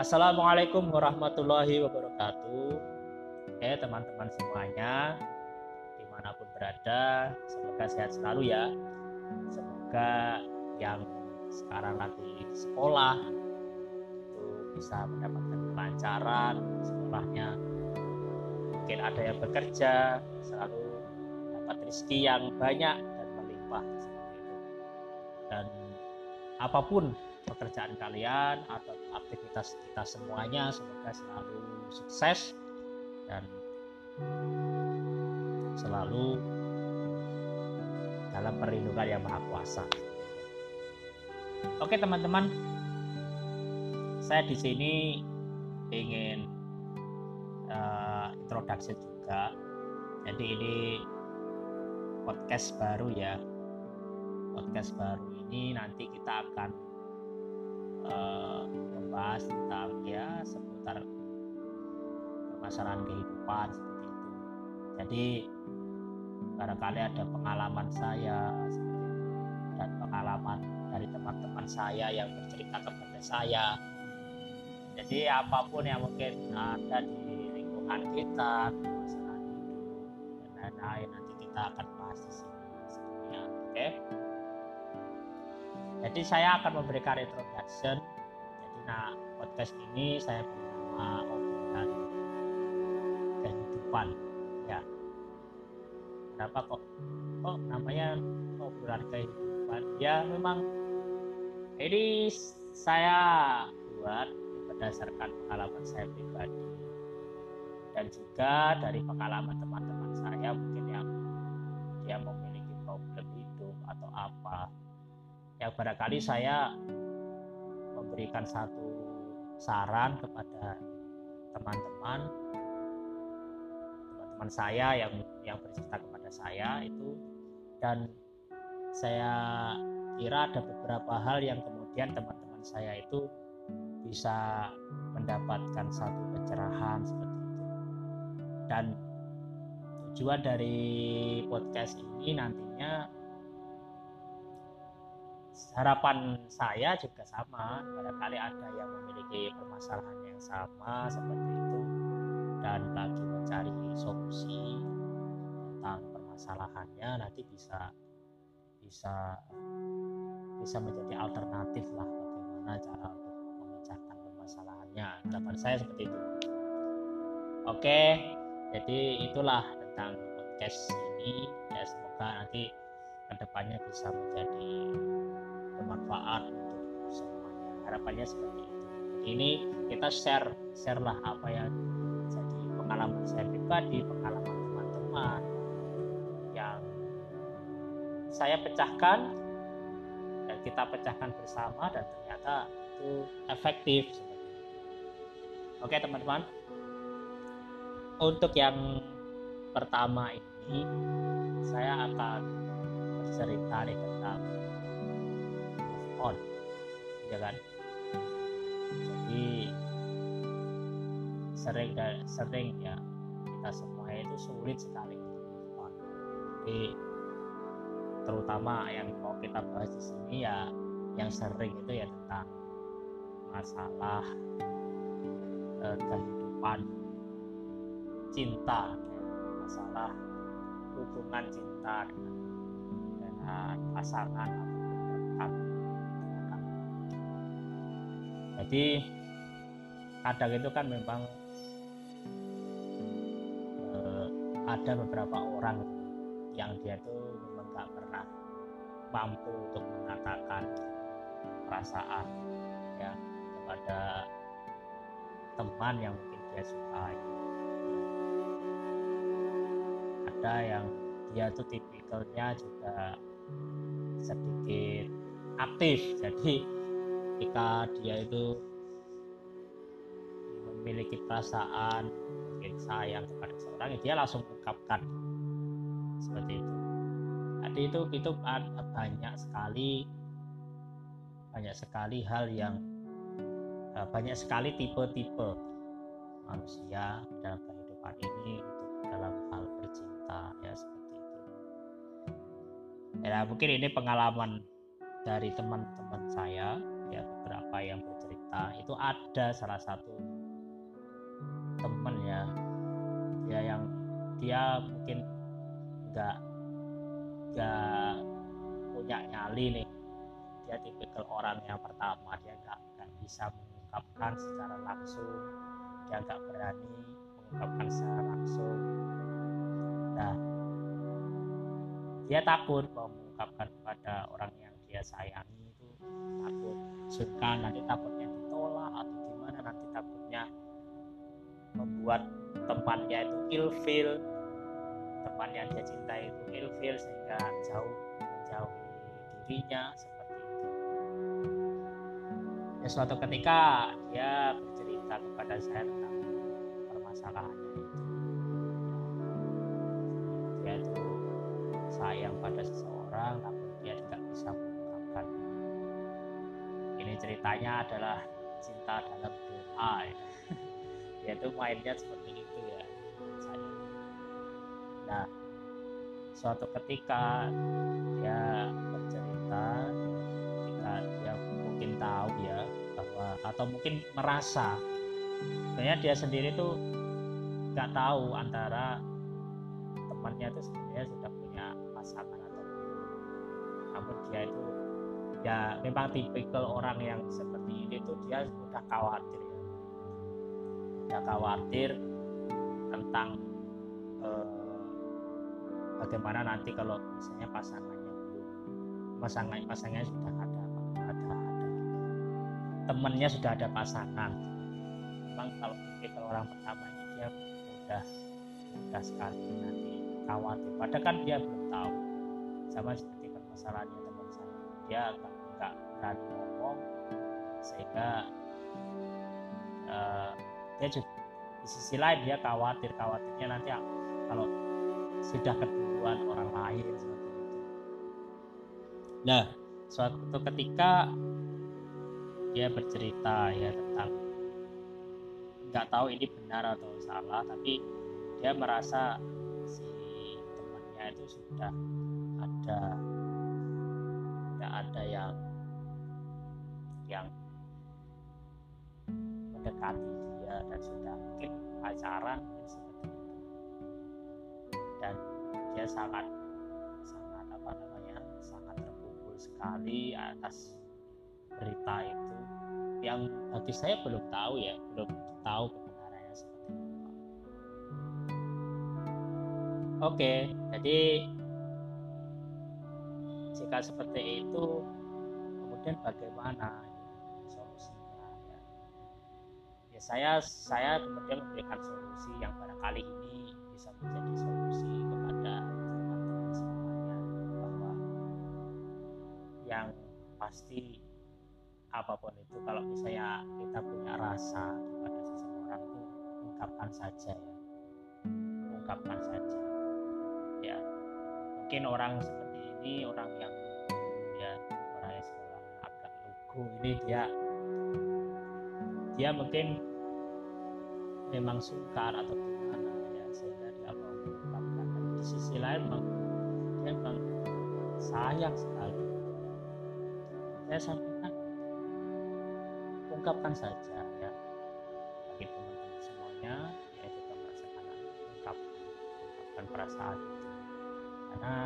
Assalamualaikum warahmatullahi wabarakatuh. Teman-teman semuanya, dimanapun berada, semoga sehat selalu ya. Semoga yang sekarang lagi sekolah itu bisa mendapatkan kelancaran sekolahnya. Mungkin ada yang bekerja, selalu dapat rezeki yang banyak dan melimpah seperti itu. Dan apapun pekerjaan kalian atau aktivitas kita semuanya, semoga selalu sukses dan selalu dalam perlindungan yang maha kuasa. Oke teman-teman, saya di sini ingin introduction juga. Jadi ini podcast baru ya. Podcast baru ini nanti kita akan membahas tentang ya seputar permasalahan kehidupan seperti itu. Jadi barangkali ada pengalaman saya seperti itu, dan pengalaman dari teman-teman saya yang bercerita kepada saya. Jadi apapun yang mungkin ada di lingkungan kita, permasalahan hidup dan lain-lain, nanti kita akan bahas di sini semuanya. Oke? Jadi saya akan memberikan introduction. Jadi podcast ini saya beri nama obrolan kehidupan ya. Kenapa kok namanya obrolan kehidupan? Ya memang ini saya buat berdasarkan pengalaman saya pribadi dan juga dari pengalaman teman-teman saya mungkin yang dia memiliki problem hidup atau apa. Yang barangkali saya memberikan satu saran kepada teman-teman saya yang bercerita kepada saya itu, dan saya kira ada beberapa hal yang kemudian teman-teman saya itu bisa mendapatkan satu pencerahan seperti itu. Dan tujuan dari podcast ini nantinya harapan saya juga sama, barangkali ada yang memiliki permasalahan yang sama seperti itu dan lagi mencari solusi tentang permasalahannya, nanti bisa menjadi alternatif lah bagaimana cara untuk memecahkan permasalahannya. Harapan saya seperti itu. Oke, jadi itulah tentang podcast ini ya, semoga nanti kedepannya bisa menjadi bermanfaat untuk semuanya. Harapannya seperti itu. Jadi ini kita share lah apa yang jadi pengalaman saya pribadi, pengalaman teman-teman yang saya pecahkan dan kita pecahkan bersama, dan ternyata itu efektif seperti itu. Oke teman-teman, untuk yang pertama ini saya akan bercerita nih tentang move on, ya kan? Jadi sering ya, kita semua itu sulit sekali untuk move on. Jadi terutama yang mau kita bahas di sini ya, yang sering itu ya tentang masalah kehidupan cinta, masalah hubungan cinta dengan pasangan atau rekan. Jadi kadang itu kan memang ada beberapa orang yang dia tuh memang gak pernah mampu untuk mengatakan perasaan ya kepada teman yang mungkin dia sukai. Ada yang dia tuh tipikalnya juga sedikit aktif, jadi ketika dia itu memiliki perasaan mungkin sayang kepada seorang, dia langsung ungkapkan seperti itu. Jadi itu banyak sekali hal yang banyak sekali tipe-tipe manusia dalam kehidupan ini untuk dalam hal bercinta ya seperti itu. Ya mungkin ini pengalaman dari teman-teman saya ya, beberapa yang bercerita bercerita itu ada salah satu temen ya, dia mungkin nggak punya nyali nih. Dia tipikal orang yang pertama, dia nggak bisa mengungkapkan secara langsung, dia nggak berani mengungkapkan secara langsung. Nah, dia takut mau mengungkapkan kepada orang yang dia sayangi, itu takut sungkan, nanti takutnya ditolak atau gimana, nanti takutnya membuat temannya itu ilfeel, teman yang dia cintai itu ilfeel sehingga menjauhi dirinya seperti itu. Ya, suatu ketika dia bercerita kepada saya tentang permasalahannya itu. Dia itu sayang pada seseorang namun dia tidak bisa mengungkapkan. Ini ceritanya adalah cinta dalam doa ya. Dia itu mainnya seperti itu ya, saya. Nah, suatu ketika dia bercerita, ketika dia mungkin tahu ya bahwa, atau mungkin merasa sebenarnya dia sendiri tuh nggak tahu antara temannya itu sebenarnya sudah punya pasangan atau belum. Namun dia itu ya memang tipikal orang yang seperti ini tuh, dia udah khawatir ya, udah khawatir tentang bagaimana nanti kalau misalnya pasangannya sudah ada temannya sudah ada pasangan. Memang kalau tipikal orang pertama ini dia udah sekali nanti khawatir, padahal kan dia belum tahu. Sama seperti permasalahannya teman saya, dia nggak berani ngomong sehingga dia juga di sisi lain dia khawatirnya nanti kalau sudah keduluan orang lain seperti itu. Nah, suatu ketika dia bercerita ya tentang, nggak tahu ini benar atau salah, tapi dia merasa si temannya itu sudah ada yang mendekati dia dan sudah mungkin pacaran seperti itu. Dan dia sangat terpukul sekali atas berita itu, yang bagi saya belum tahu kebenarannya seperti apa. Oke, jadi jika seperti itu, kemudian bagaimana solusinya ya? Ya saya kemudian memberikan solusi yang barangkali ini bisa menjadi solusi kepada teman-teman semuanya, bahwa yang pasti apapun itu, kalau misalnya kita punya rasa kepada seseorang itu, ungkapkan saja ya. Mungkin orang seperti ini, orang yang sekolah agak lugu ini, dia mungkin memang sungkan atau gimana ya, sehingga dia mau mengungkapkan. Di sisi lain dia memang sayang sekali. Saya sampaikan, ungkapkan saja ya, bagi teman-teman semuanya ya, juga merasakan ungkapkan perasaan itu, karena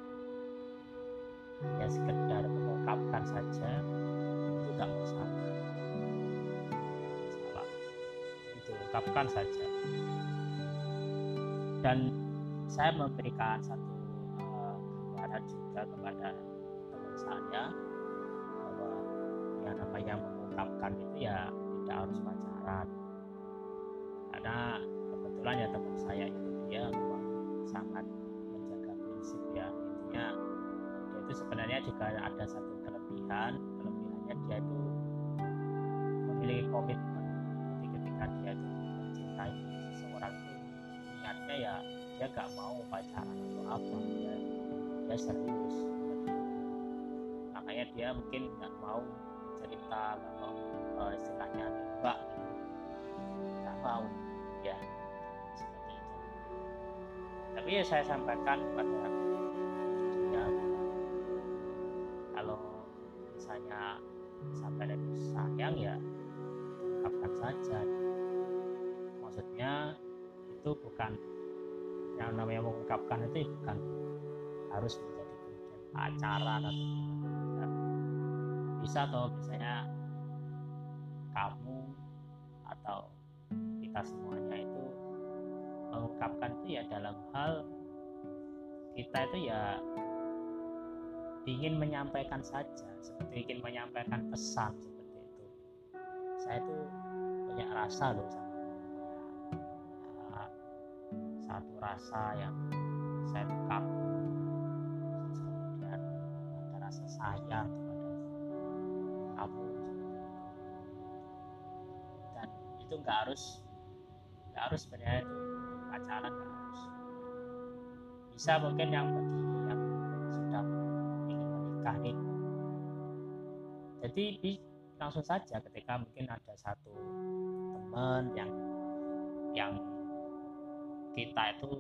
ya sekedar mengungkapkan saja itu tidak masalah, itu ungkapkan saja. Dan saya memberikan satu gambaran juga kepada teman saya, bahwa yang namanya mengungkapkan itu ya tidak harus pacaran, karena kebetulan ya teman saya itu dia memang sangat menjaga prinsip ya. Intinya dia itu sebenarnya juga ada satu kelebihannya, dia itu memiliki komitmen. Jadi ketika dia itu mencintai seseorang itu, niatnya ya dia gak mau pacaran atau apa, dia serius. Makanya dia mungkin gak mau cerita, gak mau istilahnya nembak gitu, gak mau ya, seperti itu. Tapi ya saya sampaikan pada dia, kalau misalnya sampai itu sayang ya saja. Maksudnya itu bukan, yang namanya mengungkapkan itu bukan harus menjadi kemudian pacaran atau gimana. Bisa toh misalnya kamu atau kita semuanya itu mengungkapkan itu ya dalam hal kita itu ya ingin menyampaikan saja, seperti ingin menyampaikan pesan seperti itu. Saya tuh punya rasa loh sama punya satu rasa yang saya tuh kagum, kemudian ada rasa sayang kepada kamu, dan itu nggak harus sebenarnya itu pacaran, nggak harus. Bisa mungkin yang bagi yang sudah ingin menikah nih, jadi langsung saja ketika mungkin ada satu teman yang kita itu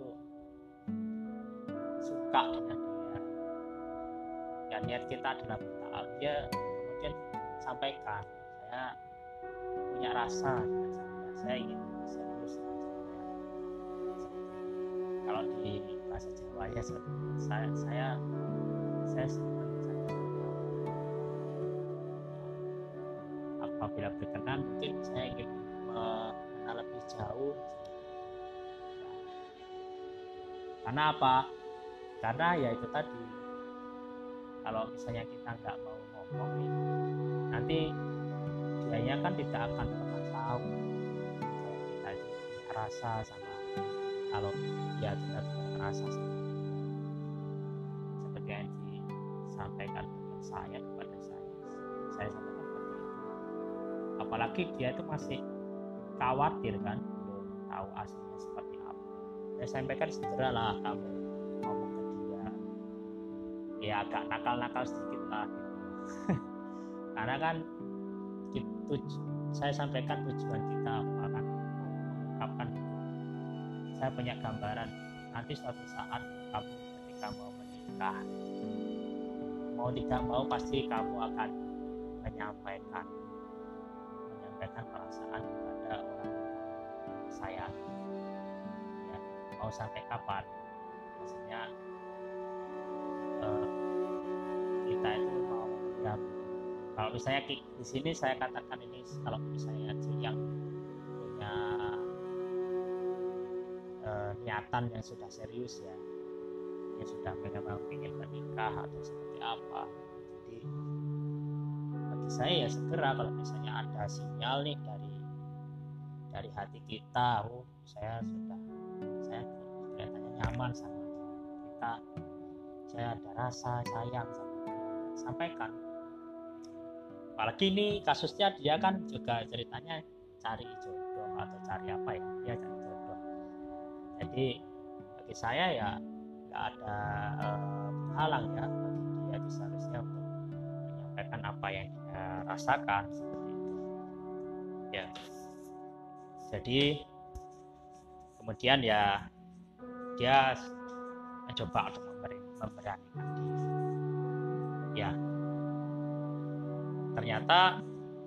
suka dengan dia, dan niat kita adalah bertaal, dia kemudian sampaikan, saya punya rasa dengan sampean, saya ingin serius dengan sampean. Kalau di bahasa Jawa ya saya senang, apabila berkenan mungkin saya ingin mengenal lebih jauh. Karena apa? Karena ya itu tadi, kalau misalnya kita nggak mau ngomong nih, nanti dianya kan tidak akan pernah tahu kalau kita itu punya rasa sama, kalau dia tidak punya rasa sama dia. Seperti yang disampaikan teman saya kepada saya sampaikan seperti itu. Apalagi dia itu masih khawatir kan, belum tahu aslinya seperti apa. Saya sampaikan segeralah kamu ngomong ke dia, ya agak nakal-nakal sedikit lah gitu. Karena kan saya sampaikan tujuan kita apa kan, mengungkapkan saya punya gambaran nanti suatu saat kamu ketika mau menikah, mau tidak mau pasti kamu akan menyampaikan perasaan kepada orang sayang ya, mau sampai kapan. Maksudnya kita itu mau memendam. Kalau misalnya di sini saya katakan ini, kalau misalnya yang punya niatan yang sudah serius ya, yang sudah memang ingin menikah atau seperti apa. Jadi bagi saya ya segera kalau misalnya ada sinyal nih dari hati kita, saya kelihatannya nyaman sama kita, saya ada rasa sayang sama dia, sampaikan. Apalagi ini kasusnya dia kan juga ceritanya cari jodoh atau cari apa ya, dia cari jodoh. Jadi bagi saya ya nggak ada halang ya bagi dia itu seharusnya untuk menyampaikan apa yang dia rasakan seperti itu ya. Jadi kemudian ya dia mencoba untuk memberanikan diri ya. Ternyata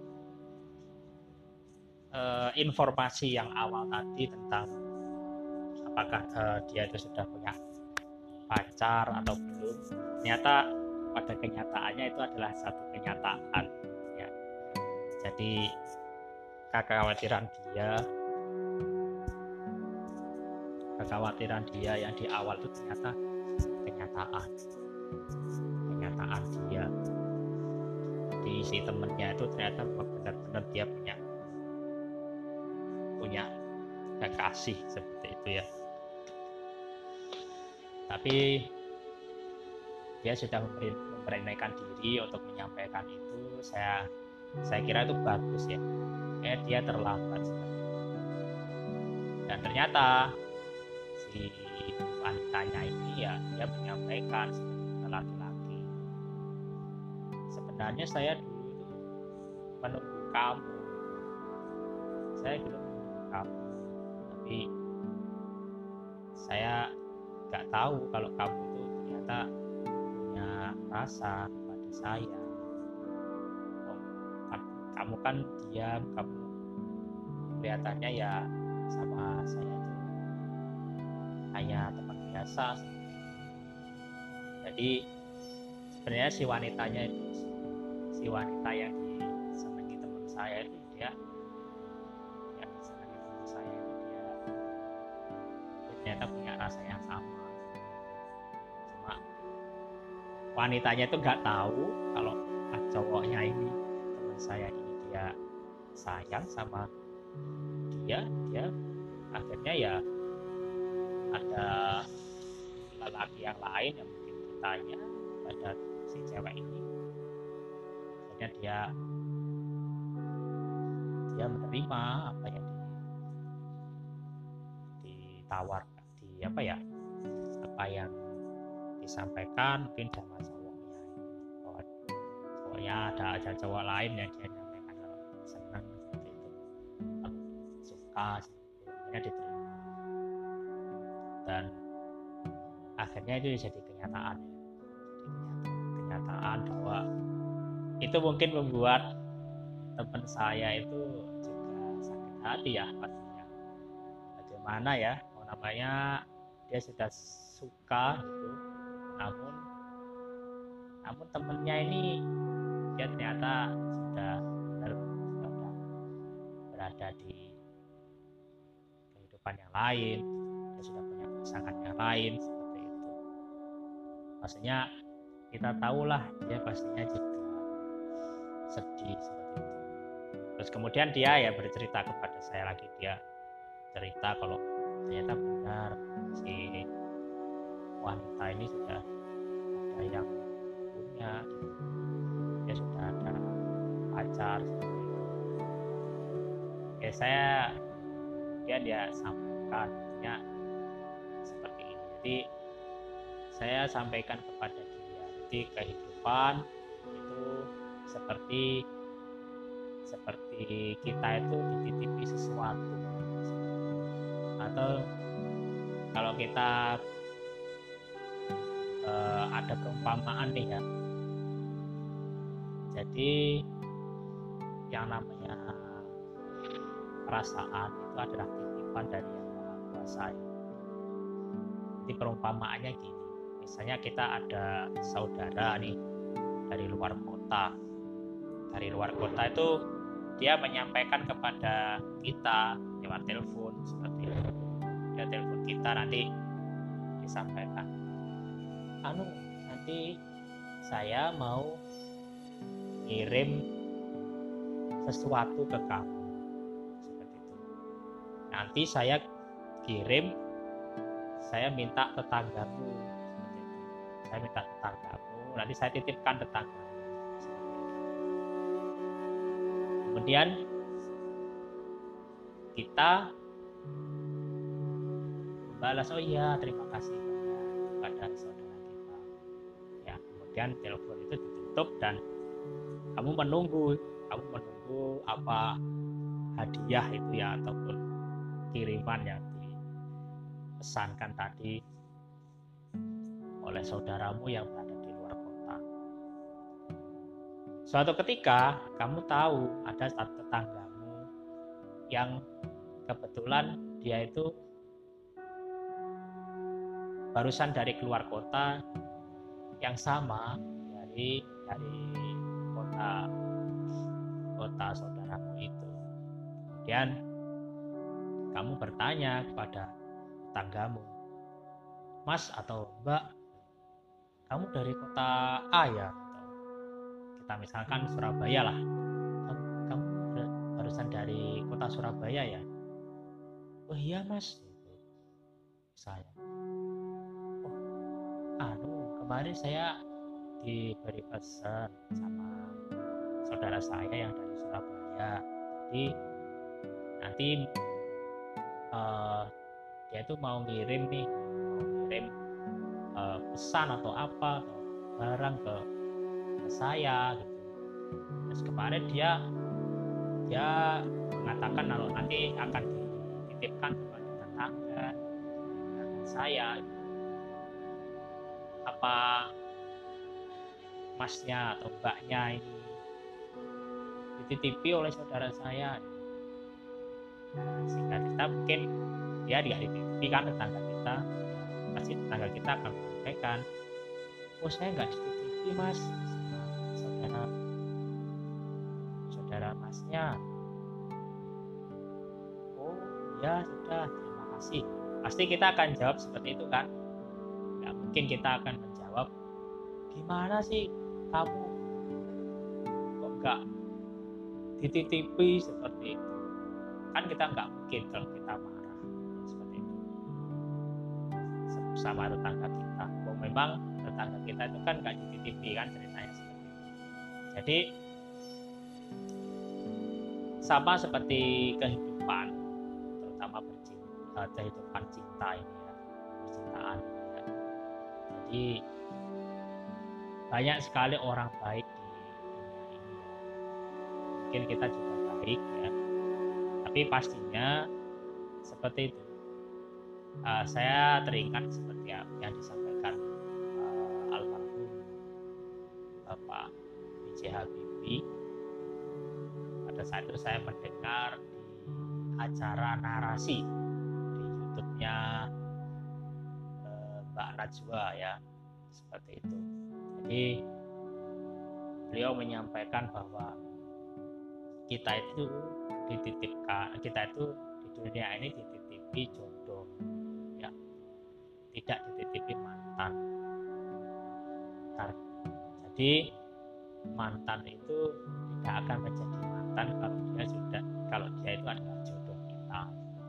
informasi yang awal tadi tentang apakah dia itu sudah punya pacar atau belum, ternyata pada kenyataannya itu adalah satu kenyataan ya. Jadi kekhawatiran dia yang di awal itu ternyata kenyataan dia. Jadi si temennya itu ternyata benar-benar dia punya kekasih seperti itu ya. Tapi dia sudah memberanikan diri untuk menyampaikan itu. Saya kira itu bagus ya. Dia terlambat seperti itu. Dan ternyata si wanitanya ini ya dia menyampaikan sebagai laki-laki, sebenarnya saya dulu itu menunggu kamu, saya dulu menunggu kamu, tapi saya nggak tahu kalau kamu itu ternyata punya rasa kepada saya. Kamu kan diam, kamu kelihatannya ya sama saya itu hanya teman biasa. Jadi sebenarnya si wanita yang disenangi teman saya itu dia ternyata punya rasa yang sama. Cuma wanitanya itu nggak tahu kalau cowoknya ini, teman saya ini, dia sayang sama dia akhirnya ya ada lelaki yang lain yang mungkin bertanya pada si cewek ini, akhirnya dia menerima apa yang ditawarkan, apa yang disampaikan mungkin sama cowoknya, bahwa cowoknya ada cowok lain yang dia nyampaikan kalau senang seperti itu, suka, akhirnya diterima, dan akhirnya itu jadi kenyataan bahwa itu mungkin membuat teman saya itu juga sakit hati ya pastinya. Bagaimana ya, namanya dia sudah suka gitu, namun temennya ini dia ternyata sudah berada di kehidupan yang lain, dia sudah punya pasangan yang lain, seperti itu. Maksudnya kita tahulah dia pastinya juga sedih seperti itu. Terus kemudian dia ya bercerita kepada saya lagi, dia cerita kalau ternyata benar si wanita ini sudah ada yang punya, dia sudah ada pacar seperti itu. Dia sampaikan ya seperti ini. Jadi saya sampaikan kepada dia, jadi kehidupan itu seperti kita itu dititipi sesuatu, atau kalau kita ada perumpamaan nih ya, jadi yang namanya perasaan itu adalah titipan dari Yang Maha Kuasa. Jadi perumpamaannya gini, misalnya kita ada saudara nih dari luar kota itu dia menyampaikan kepada kita lewat telepon seperti itu. Dia telepon kita, nanti disampaikan, nanti saya mau ngirim sesuatu ke kamu seperti itu. Nanti saya kirim, saya minta tetanggamu seperti itu. Saya minta tetanggamu, nanti saya titipkan tetanggamu. Kemudian kita balas, oh iya terima kasih kepada saudara kita ya. Kemudian telepon itu ditutup dan kamu menunggu apa hadiah itu ya, ataupun kiriman yang dipesankan tadi oleh saudaramu yang berada di luar kota. Suatu ketika kamu tahu ada satu tetanggamu yang kebetulan dia itu barusan dari keluar kota yang sama dari kota saudaramu itu. Kemudian kamu bertanya kepada tetanggamu, Mas atau Mbak, kamu dari kota A ya? Kita misalkan Surabaya lah, kamu barusan dari kota Surabaya ya? Oh iya Mas, saya. Kemarin saya diberi pesan sama saudara saya yang dari Surabaya. Jadi nanti dia itu mau ngirim pesan atau apa, atau barang ke saya gitu. Terus kemarin dia mengatakan kalau nanti akan dititipkan kepada tetangga saya. Apa masnya atau mbaknya ini dititipi oleh saudara saya? Sehingga kita mungkin dia tidak dititipi kan tetangga kita, pasti tetangga kita akan menyampaikan, oh saya nggak dititipi mas sama saudara masnya. Oh ya sudah, terima kasih. Pasti kita akan jawab seperti itu kan. Nggak mungkin kita akan menjawab, gimana sih kamu kok nggak dititipi seperti itu. Kan kita nggak mungkin kalau kita marah seperti itu sama tetangga kita. Oh, memang tetangga kita itu kan nggak dititipi kan, ceritanya seperti itu. Jadi sama seperti kehidupan, terutama kehidupan cinta ini ya, percintaan ini ya. Jadi banyak sekali orang baik di dunia ini ya. Mungkin kita juga baik ya, tapi pastinya seperti itu. Saya teringat seperti yang disampaikan almarhum Bapak B.J. Habibie. Pada saat itu saya mendengar di acara narasi di YouTube-nya Mbak Najwa ya, seperti itu. Jadi beliau menyampaikan bahwa kita itu dititipkan, kita itu di dunia ini dititipi jodoh ya, tidak dititipi mantan. Jadi mantan itu tidak akan menjadi mantan kalau dia itu adalah jodoh kita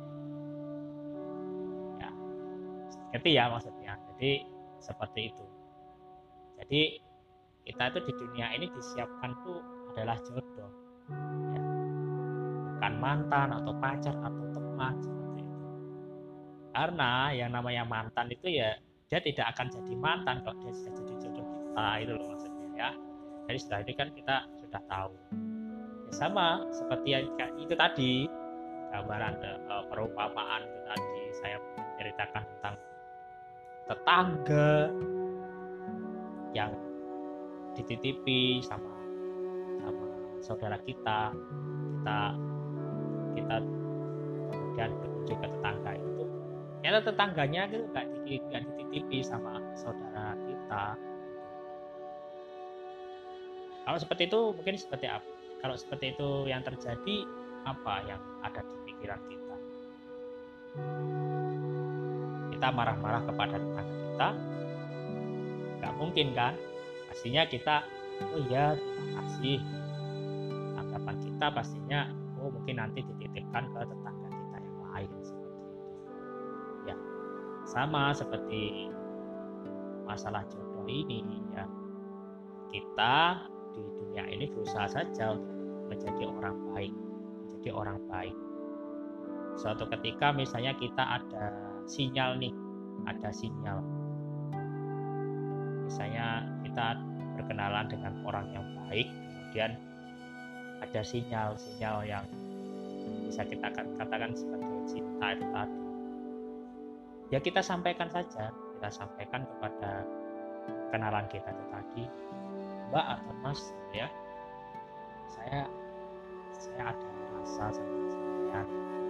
ya, ngerti ya maksudnya. Jadi seperti itu. Jadi kita itu di dunia ini disiapkan tuh adalah jodoh ya, bukan mantan atau pacar atau teman seperti itu. Karena yang namanya mantan itu ya dia tidak akan jadi mantan kalau dia sudah jadi jodoh kita, itu loh maksudnya ya. Jadi setelah ini kan kita sudah tahu ya, sama seperti yang itu tadi gambaran perumpamaan itu tadi saya menceritakan tentang tetangga yang dititipi sama saudara kita kemudian berkunjung ke tetangga itu, ternyata tetangganya itu nggak dititipi sama saudara kita. Kalau seperti itu mungkin seperti apa? Kalau seperti itu yang terjadi, apa yang ada di pikiran kita? Kita marah-marah kepada tetangga kita? Nggak mungkin kan? Pastinya kita, oh iya terima kasih. Anggapan kita pastinya, oh mungkin nanti dititipkan ke tetangga kita yang lain seperti itu. Ya, sama seperti masalah jodoh ini ya. Kita di dunia ini berusaha saja untuk menjadi orang baik. Suatu ketika misalnya kita ada sinyal, misalnya kita berkenalan dengan orang yang baik, kemudian ada sinyal yang bisa kita katakan sebagai cinta itu tadi, ya kita sampaikan kepada kenalan kita itu tadi, Mbak atau Mas ya, saya ada rasa sama saya.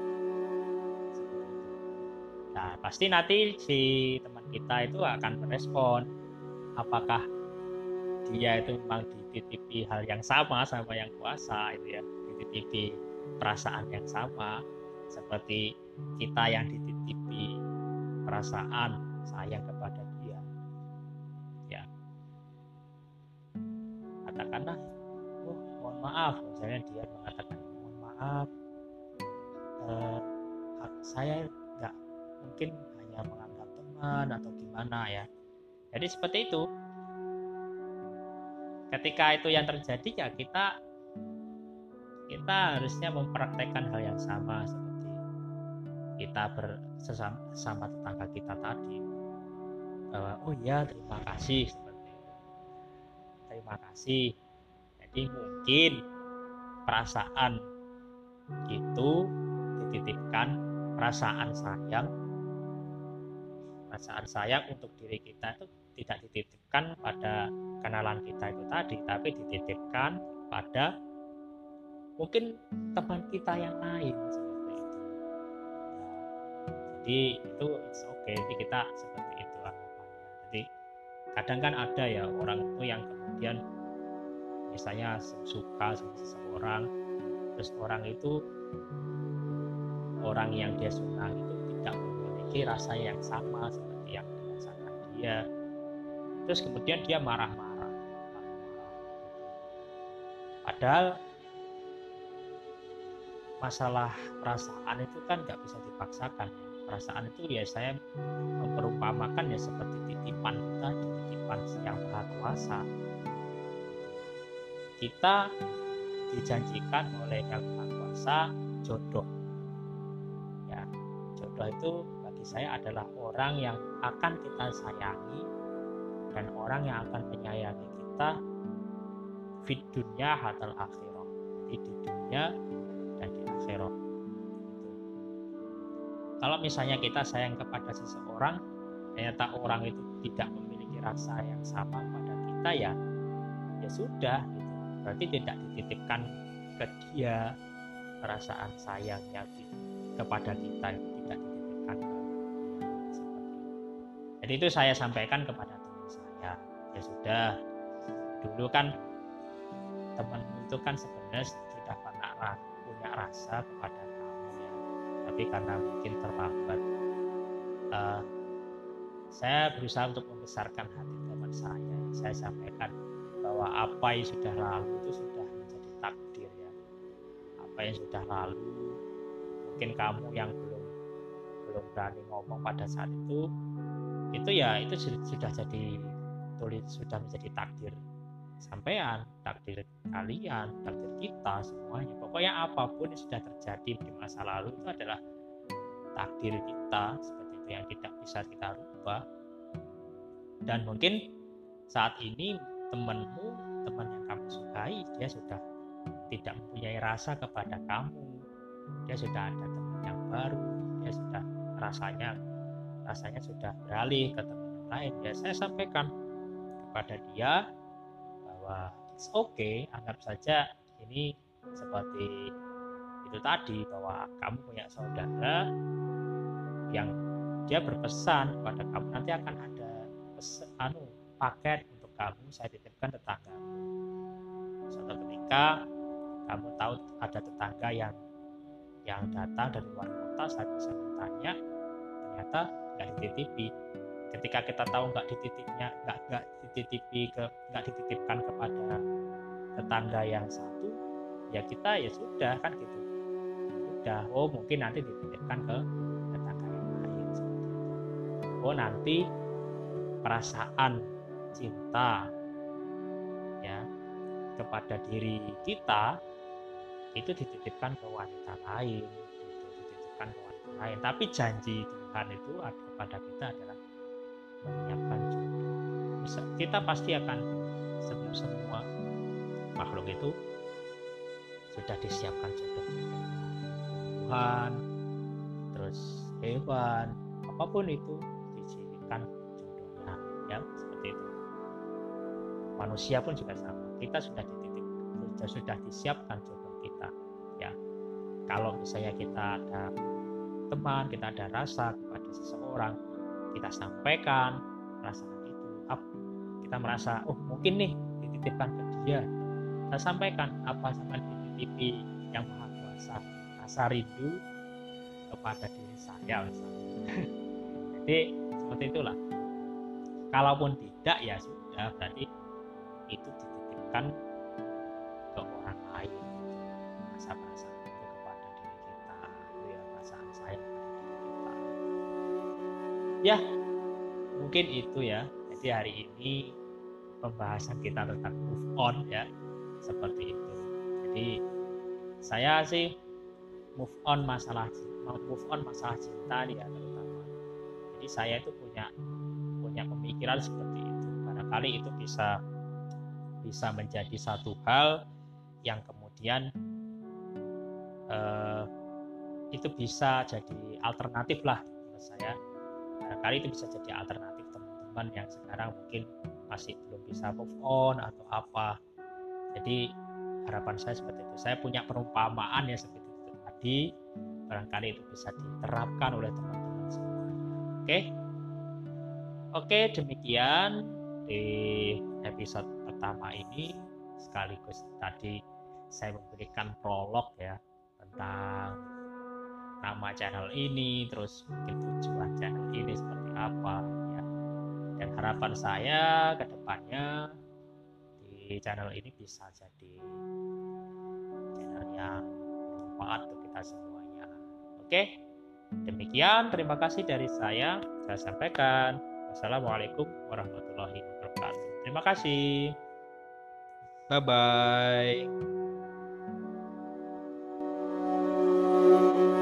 Nah pasti nanti si teman kita itu akan merespon apakah dia itu memang dititipi hal yang sama yang kuasa itu ya, dititipi perasaan yang sama seperti kita yang dititipi perasaan sayang kepada dia ya. Katakanlah, oh mohon maaf, misalnya dia mengatakan mohon maaf, saya nggak mungkin hanya menganggap teman atau gimana ya. Jadi seperti itu. Ketika itu yang terjadi ya kita harusnya mempraktekkan hal yang sama seperti kita bersama tetangga kita tadi. Oh ya terima kasih seperti itu. Terima kasih. Jadi mungkin perasaan itu dititipkan, perasaan sayang untuk diri kita itu tidak dititipkan pada kenalan kita itu tadi, tapi dititipkan pada mungkin teman kita yang lain seperti itu. Jadi itu it's okay, jadi kita seperti itu anggapannya. Jadi kadang kan ada ya orang itu yang kemudian misalnya suka sama seseorang, terus orang yang dia suka itu tidak memiliki rasa yang sama seperti yang dirasakan dia, terus kemudian dia marah-marah. Padahal masalah perasaan itu kan nggak bisa dipaksakan. Perasaan itu ya saya memperumpamakan ya seperti titipan yang Maha Kuasa. Kita dijanjikan oleh Yang Maha Kuasa jodoh. Ya, jodoh itu bagi saya adalah orang yang akan kita sayangi dan orang yang akan menyayangi kita fid dunya hatal akhirah. Jadi di dunia dan di akhirat. Kalau misalnya kita sayang kepada seseorang, ternyata orang itu tidak memiliki rasa yang sama pada kita, ya sudah gitu. Berarti tidak dititipkan ke dia perasaan sayangnya kepada kita, tidak dititipkan ke dia seperti itu. Jadi itu saya sampaikan kepada teman saya. Ya sudah, dulu kan temanmu itu kan sebenarnya sudah punya rasa kepada kamu ya, tapi karena mungkin terlambat. Saya berusaha untuk membesarkan hati teman saya sampaikan bahwa apa yang sudah lalu itu sudah menjadi takdir ya. Apa yang sudah lalu, mungkin kamu yang belum berani ngomong pada saat itu ya itu sudah menjadi takdir sampean, takdir kalian, takdir kita semuanya. Pokoknya apapun yang sudah terjadi di masa lalu itu adalah takdir kita, seperti itu yang tidak bisa kita rubah. Dan mungkin saat ini teman yang kamu sukai, dia sudah tidak mempunyai rasa kepada kamu, dia sudah ada teman yang baru, dia sudah rasanya sudah beralih ke teman yang lain. Ya saya sampaikan kepada dia bahwa it's okay, anggap saja ini seperti itu tadi, bahwa kamu punya saudara yang dia berpesan kepada kamu, nanti akan ada paket untuk kamu, saya titipkan tetanggamu. Suatu ketika kamu tahu ada tetangga yang datang dari luar kota, saya bisa bertanya, ternyata nggak dititipi. Ketika kita tahu nggak dititipkan kepada tetangga yang satu, ya kita ya sudah kan gitu. Udah, mungkin nanti dititipkan ke tetangga yang lain seperti itu. Nanti perasaan cinta ya kepada diri kita itu dititipkan ke wanita lain, Tapi janji Tuhan itu kepada kita adalah menyiapkan jodoh. Kita pasti akan semua makhluk itu sudah disiapkan jodoh. Tuhan, terus hewan, apapun itu disiapkan jodohnya, ya seperti itu. Manusia pun juga sama. Kita sudah disiapkan jodoh kita, ya. Kalau misalnya kita ada teman, kita ada rasa kepada seseorang, kita sampaikan perasaan itu. Kita merasa, mungkin nih dititipkan ke dia. Kita sampaikan apa sama dititipi Yang Maha Kuasa, rasa rindu kepada diri saya misalnya. Jadi seperti itulah. Kalaupun tidak, ya sudah, berarti itu dititipkan ke orang lain. Rasa-perasaan itu kepada diri kita, itu ya perasaan saya kepada diri kita. Ya, mungkin itu ya. Jadi hari ini pembahasan kita tentang move on ya, seperti itu. Jadi saya sih move on masalah cinta ya terutama. Jadi saya itu punya pemikiran seperti itu. Barangkali itu bisa menjadi satu hal yang kemudian itu bisa jadi alternatif lah menurut saya. Barangkali itu bisa jadi alternatif teman-teman yang sekarang mungkin masih belum bisa move on atau apa. Jadi harapan saya seperti itu. Saya punya perumpamaan ya seperti itu tadi. Barangkali itu bisa diterapkan oleh teman-teman Oke. Oke, demikian di episode pertama ini, sekaligus tadi saya memberikan prolog ya tentang nama channel ini, terus mungkin tujuan channel ini seperti apa ya. Dan harapan saya ke depannya di channel ini bisa jadi channel yang bermanfaat untuk kita semuanya. Oke, demikian, terima kasih dari saya sampaikan. Wassalamualaikum warahmatullahi wabarakatuh. Terima kasih. Bye bye.